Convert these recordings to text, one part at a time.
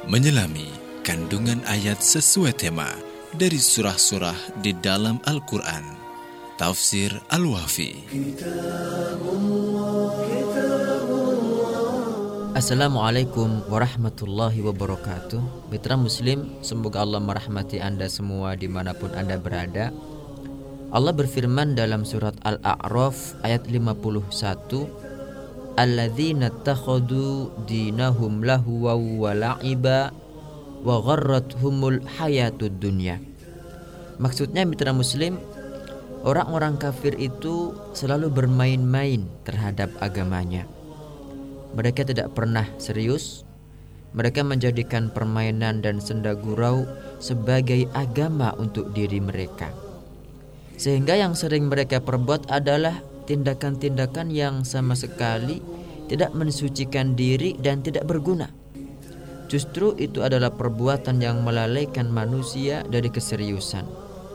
menyelami kandungan ayat sesuai tema dari surah-surah di dalam Al-Quran. Tafsir Al-Wafi. Assalamualaikum warahmatullahi wabarakatuh. Mitra Muslim, semoga Allah merahmati Anda semua dimanapun Anda berada. Allah berfirman dalam surat Al-A'raf ayat 51, Alladzina takhadu dinahum lahwa wa la'iba wa gharrathumul hayatud dunya. Maksudnya mitra Muslim, orang-orang kafir itu selalu bermain-main terhadap agamanya. Mereka tidak pernah serius. Mereka menjadikan permainan dan senda gurau sebagai agama untuk diri mereka. Sehingga yang sering mereka perbuat adalah tindakan-tindakan yang sama sekali tidak mensucikan diri dan tidak berguna. Justru itu adalah perbuatan yang melalaikan manusia dari keseriusan.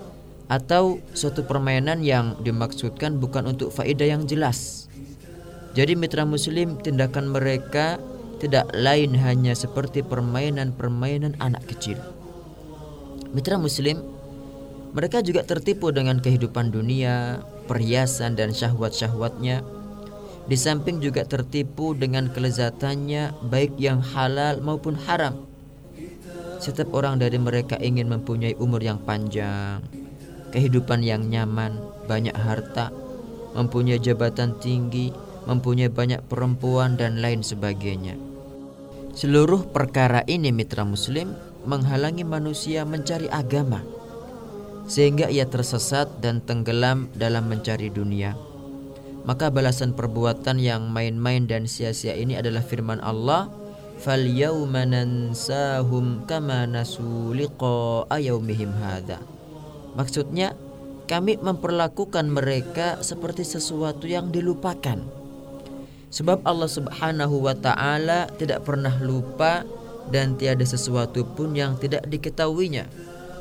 Atau suatu permainan yang dimaksudkan bukan untuk faedah yang jelas. Jadi mitra Muslim, tindakan mereka tidak lain hanya seperti permainan-permainan anak kecil. Mitra Muslim, mereka juga tertipu dengan kehidupan dunia, perhiasan dan syahwat-syahwatnya. Di samping juga tertipu dengan kelezatannya, baik yang halal maupun haram. Setiap orang dari mereka ingin mempunyai umur yang panjang, kehidupan yang nyaman, banyak harta, mempunyai jabatan tinggi, mempunyai banyak perempuan dan lain sebagainya. Seluruh perkara ini mitra Muslim menghalangi manusia mencari agama, sehingga ia tersesat dan tenggelam dalam mencari dunia. Maka balasan perbuatan yang main-main dan sia-sia ini adalah firman Allah, "Falyawma nansahum kama nasu liqa'a yaumihim hadza." Maksudnya, kami memperlakukan mereka seperti sesuatu yang dilupakan. Sebab Allah Subhanahu wa ta'ala tidak pernah lupa dan tiada sesuatu pun yang tidak diketahuinya.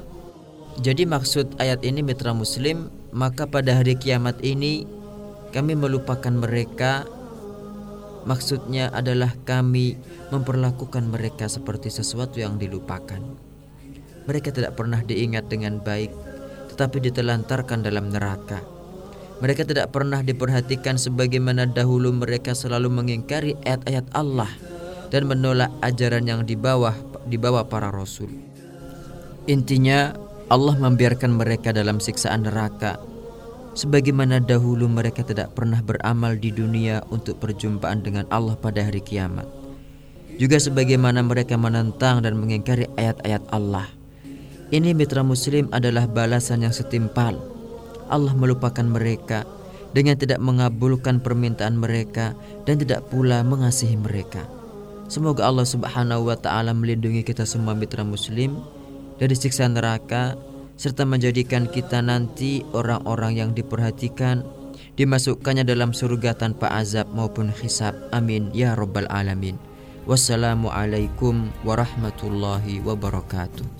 Jadi maksud ayat ini mitra Muslim, maka pada hari kiamat ini kami melupakan mereka. Maksudnya adalah kami memperlakukan mereka seperti sesuatu yang dilupakan. Mereka tidak pernah diingat dengan baik, tetapi ditelantarkan dalam neraka. Mereka tidak pernah diperhatikan sebagaimana dahulu mereka selalu mengingkari ayat-ayat Allah dan menolak ajaran yang dibawa para rasul. Intinya, Allah membiarkan mereka dalam siksaan neraka sebagaimana dahulu mereka tidak pernah beramal di dunia untuk perjumpaan dengan Allah pada hari kiamat. Juga sebagaimana mereka menentang dan mengingkari ayat-ayat Allah. Ini mitra Muslim adalah balasan yang setimpal. Allah melupakan mereka dengan tidak mengabulkan permintaan mereka dan tidak pula mengasihi mereka. Semoga Allah Subhanahu wa ta'ala melindungi kita semua mitra Muslim dari siksa neraka, serta menjadikan kita nanti orang-orang yang diperhatikan, dimasukkannya dalam surga tanpa azab maupun hisab. Amin ya rabbal alamin. Wassalamualaikum warahmatullahi wabarakatuh.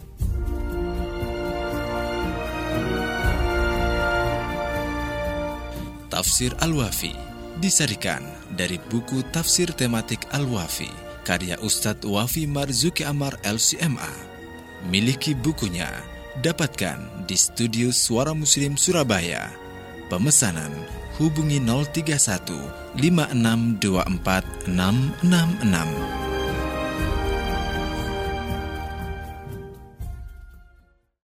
Tafsir Al-Wafi disarikan dari buku Tafsir Tematik Al-Wafi karya Ustadz Wafi Marzuki Amar LCMA. Miliki bukunya, dapatkan di Studio Suara Muslim Surabaya. Pemesanan hubungi 031 5624 666.